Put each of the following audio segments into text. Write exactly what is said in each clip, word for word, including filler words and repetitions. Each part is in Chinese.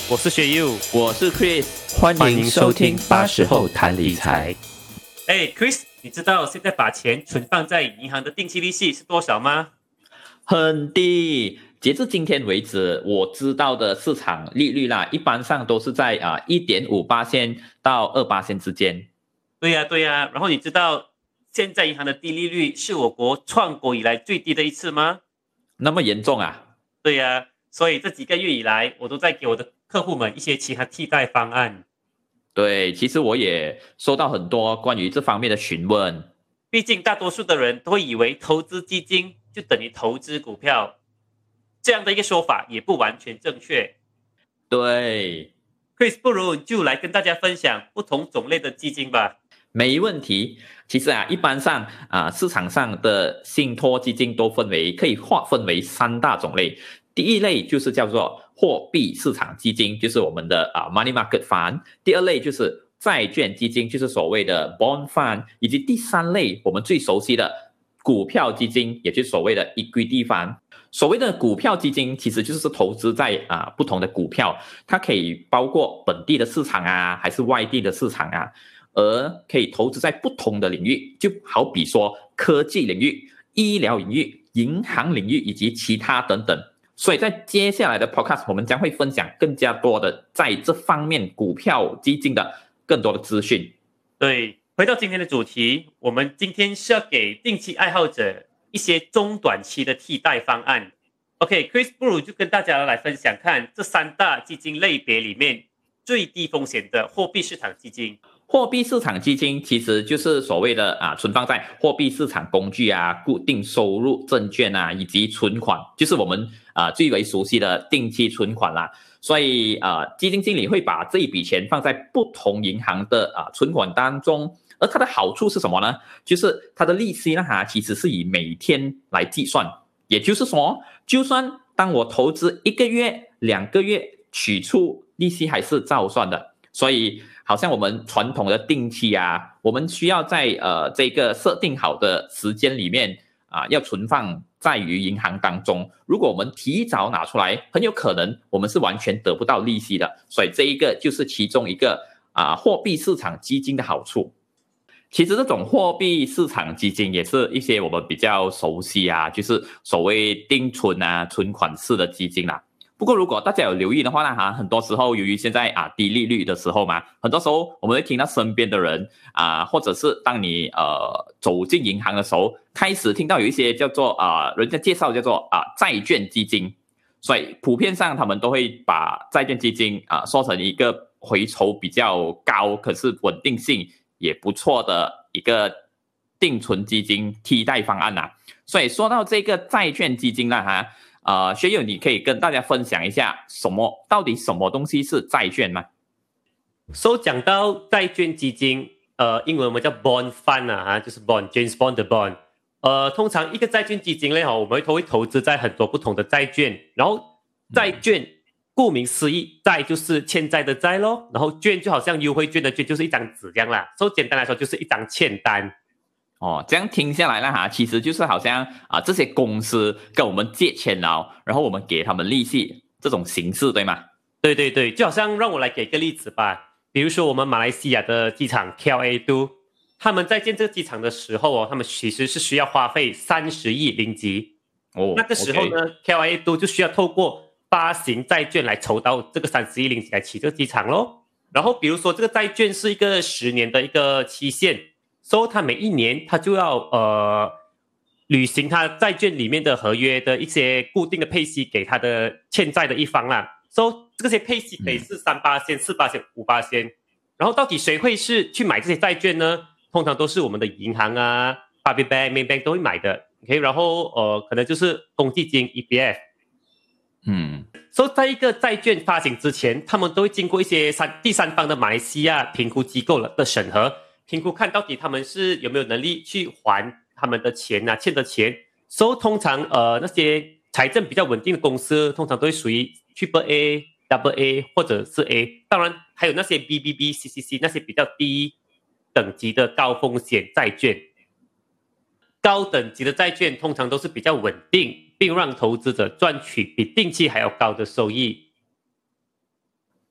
我是学友， 我是 Chris， 欢迎收听八十后谈理财。 哎 ，Chris， 你知道现在把钱存放在银行的定期利息是多少吗？ 很低。截至今天为止，我知道的市场利率啦，一般上都是在啊一点五八仙到二八仙之间。 对呀、啊，对呀、啊。然后你知道现在银行的低利率是我国创国以来最低的一次吗？ 那么严重啊？ 对呀、啊，所以这几个月以来，我都在给我的客户们一些其他替代方案。 对，其实我也收到很多关于这方面的询问。 毕竟大多数的人都会以为投资基金就等于投资股票，这样的一个说法也不完全正确。 对 Chris， 不如就来跟大家分享不同种类的基金吧。 没问题。其实啊，一般上啊，市场上的信托基金都分为可以划分为三大种类。第一类就是叫做货币市场基金，就是我们的啊 money market fund。第二类就是债券基金，就是所谓的 bond fund， 以及第三类我们最熟悉的股票基金，也就是所谓的 equity fund。所谓的股票基金其实就是投资在啊不同的股票，它可以包括本地的市场啊，还是外地的市场啊。而可以投资在不同的领域，就好比说科技领域、医疗领域、银行领域以及其他等等。所以在接下来的 podcast 我们将会分享更加多的在这方面股票基金的更多的资讯。 对，回到今天的主题，我们今天是要给定期爱好者一些中短期的替代方案。OK， Chris， 不如就跟大家来分享看这三大基金类别里面最低风险的货币市场基金。 货币市场基金其实就是所谓的啊存放在货币市场工具啊、固定收入证券啊以及存款，就是我们啊最为熟悉的定期存款啦。所以啊，基金经理会把这一笔钱放在不同银行的啊存款当中，而它的好处是什么呢？就是它的利息呢，哈，其实是以每天来计算，也就是说，就算当我投资一个月、两个月取出利息还是照算的。所以好像我们传统的定期啊，我们需要在呃这个设定好的时间里面啊，要存放在于银行当中。如果我们提早拿出来，很有可能我们是完全得不到利息的。所以这一个就是其中一个啊货币市场基金的好处。其实这种货币市场基金也是一些我们比较熟悉啊，就是所谓定存啊、存款式的基金啦。不过如果大家有留意的话呢，哈，很多时候由于现在啊低利率的时候嘛，很多时候我们会听到身边的人啊，或者是当你呃走进银行的时候，开始听到有一些叫做啊人家介绍叫做啊债券基金，所以普遍上他们都会把债券基金啊说成一个回酬比较高，可是稳定性也不错的一个定存基金替代方案呐、啊。所以说到这个债券基金啦，哈。呃，学友，你可以跟大家分享一下什么到底什么东西是债券吗？ 所、so, 讲到债券基金，呃，英文我们叫 bond fund 啊，就是 bond，James Bond 的 bond。呃，通常一个债券基金类哈，我们都会投资在很多不同的债券，然后债券、嗯、顾名思义，债就是欠债的债咯，然后券就好像优惠券的券，就是一张纸这样啦。所、so, 以简单来说，就是一张欠单。 哦，这样听下来了哈，其实就是好像啊这些公司跟我们借钱了，然后我们给他们利息这种形式，对吗？ 对对对，就好像让我来给个例子吧，比如说我们马来西亚的机场 K L A 都，他们在建这个机场的时候哦，他们其实是需要花费三十亿令吉。哦，那个时候呢 ，K L A 都就需要透过发行债券来筹到这个三十亿令吉来起这个机场咯。然后比如说这个债券是一个十年的一个期限。所以他每一年他就要呃履行他债券里面的合约的一些固定的配息给他的欠债的一方啦。所以这些配息可以是三八仙、四八仙、五八仙。然后到底谁会是去买这些债券呢？通常都是我们的银行啊、Public Bank、Main Bank 都会买的。OK， 然后呃可能就是公积金 E P F。嗯，所以在一个债券发行之前，他们都会经过一些三第三方的马来西亚评估机构的审核。评估看到底他们是有没有能力去还他们的钱啊，欠的钱。所以通常呃那些财政比较稳定的公司，通常都会属于 Triple A、Double A 或者是 A。当然还有那些 B B B、C C C 那些比较低等级的高风险债券。高等级的债券通常都是比较稳定，并让投资者赚取比定期还要高的收益。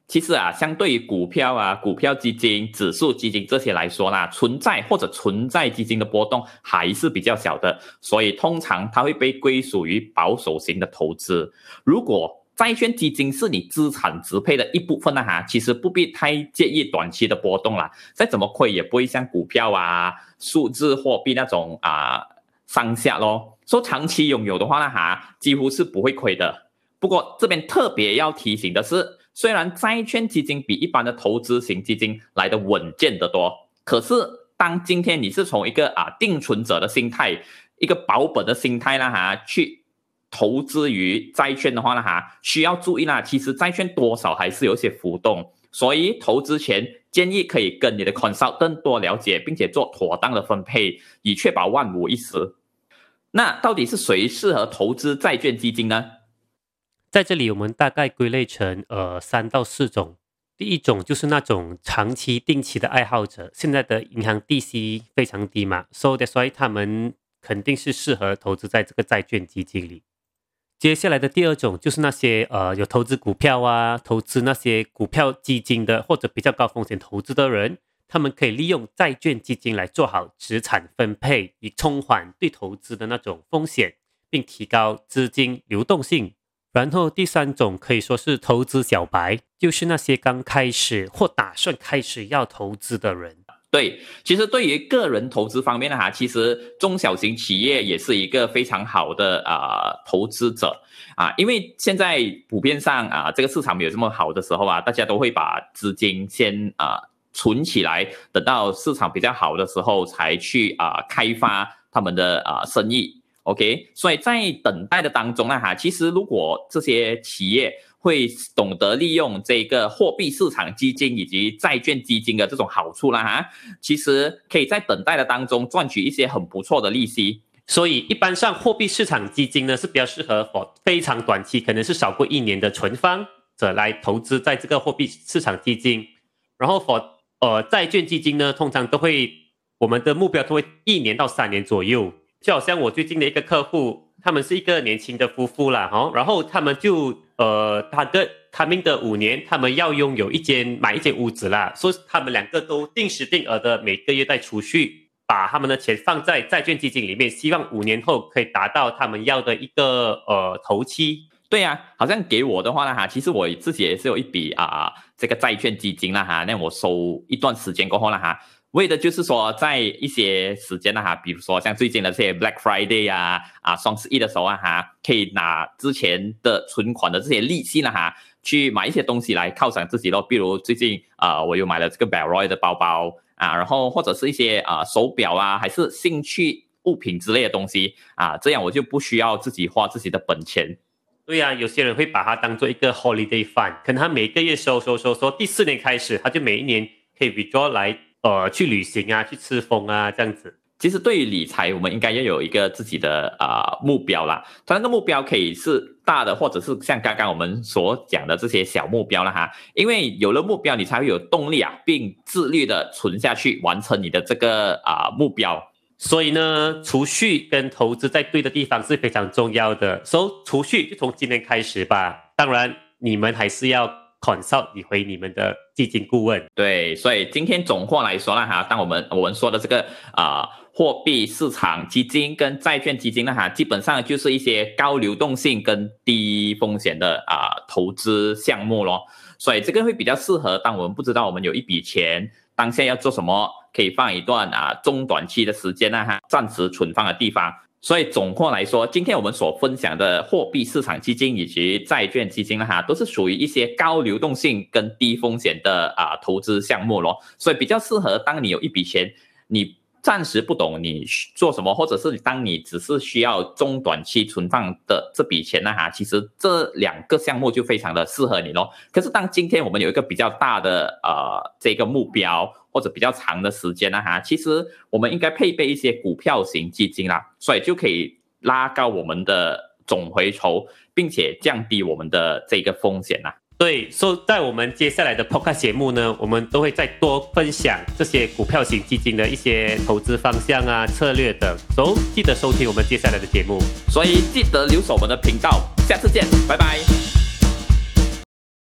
其实啊，相对于股票啊、股票基金、指数基金这些来说啦，存在或者存在基金的波动还是比较小的，所以通常它会被归属于保守型的投资。如果债券基金是你资产支配的一部分呢，哈，其实不必太介意短期的波动啦，再怎么亏也不会像股票啊、数字货币那种啊上下咯。说长期拥有的话呢，哈，几乎是不会亏的。不过这边特别要提醒的是，虽然债券基金比一般的投资型基金来得稳健得多，可是当今天你是从一个啊定存者的心态、一个保本的心态啦哈，去投资于债券的话呢哈，需要注意啦，其实债券多少还是有些浮动，所以投资前建议可以跟你的 consultant 多了解，并且做妥当的分配，以确保万无一失。那到底是谁适合投资债券基金呢？ 在这里我们大概归类成呃三到四种。第一种就是那种长期定期的爱好者，现在的银行利息非常低嘛，所以 that's why 他们肯定是适合投资在这个债券基金里。接下来的第二种就是那些呃有投资股票啊，投资那些股票基金的或者比较高风险投资的人，他们可以利用债券基金来做好资产分配，以冲缓对投资的那种风险，并提高资金流动性。然后第三种可以说是投资小白，就是那些刚开始或打算开始要投资的人。 对，其实对于个人投资方面呢，哈，其实中小型企业也是一个非常好的啊、呃、投资者啊，因为现在普遍上啊这个市场没有这么好的时候啊，大家都会把资金先啊存起来，等到市场比较好的时候才去啊开发他们的啊生意。OK， 所以在等待的当中呢，哈，其实如果这些企业会懂得利用这个货币市场基金以及债券基金的这种好处啦，哈，其实可以在等待的当中赚取一些很不错的利息。 所以一般上货币市场基金呢是比较适合 for 非常短期，可能是少过一年的存放者来投资在这个货币市场基金。然后 for 呃债券基金呢，通常都会我们的目标都会一年到三年左右。就好像我最近的一个客户，他们是一个年轻的夫妇啦，哦，然后他们就呃，他的他们的五年，他们要拥有一间买一间屋子啦，所以他们两个都定时定额的每个月在储蓄，把他们的钱放在债券基金里面，希望五年后可以达到他们要的一个呃头期。 对啊，好像给我的话呢哈，其实我自己也是有一笔啊这个债券基金啦哈，那我收一段时间过后啦哈。为的就是说，在一些时间呢哈，比如说像最近的这些 Black Friday 啊啊双十一的时候啊哈，可以拿之前的存款的这些利息呢哈，去买一些东西来犒赏自己咯。比如最近啊、呃，我又买了这个 Bellroy 的包包啊，然后或者是一些啊、呃、手表啊，还是兴趣物品之类的东西啊，这样我就不需要自己花自己的本钱。 对啊，有些人会把它当做一个 holiday fund， 可能他每个月收收收收，第四年开始，他就每一年可以 withdraw 来。呃，去旅行啊，去吃风啊，这样子。 其实对于理财，我们应该要有一个自己的啊、呃、目标啦。它那个目标可以是大的，或者是像刚刚我们所讲的这些小目标啦哈。因为有了目标，你才会有动力啊，并自律的存下去，完成你的这个啊、呃、目标。 所以呢，储蓄跟投资在对的地方是非常重要的。所以储蓄就从今年开始吧。当然，你们还是要consult 你回你们的基金顾问。 对，所以今天总括来说啦哈，当我们我们说的这个啊、呃、货币市场基金跟债券基金啦哈，基本上就是一些高流动性跟低风险的啊、呃、投资项目咯。所以这个会比较适合当我们不知道我们有一笔钱当下要做什么，可以放一段啊中短期的时间啦哈，暂时存放的地方。所以总括来说，今天我们所分享的货币市场基金以及债券基金哈，都是属于一些高流动性跟低风险的啊投资项目咯。所以比较适合当你有一笔钱，你暂时不懂你做什么，或者是当你只是需要中短期存放的这笔钱呢哈，其实这两个项目就非常的适合你咯。可是当今天我们有一个比较大的呃这个目标，或者比较长的时间呢哈，其实我们应该配备一些股票型基金啦，所以就可以拉高我们的总回酬，并且降低我们的这个风险啦。 对，所以在我们接下来的 podcast 节目呢，我们都会再多分享这些股票型基金的一些投资方向啊、策略等，所以记得收听我们接下来的节目， 所以记得留守我们的频道，下次见，拜拜。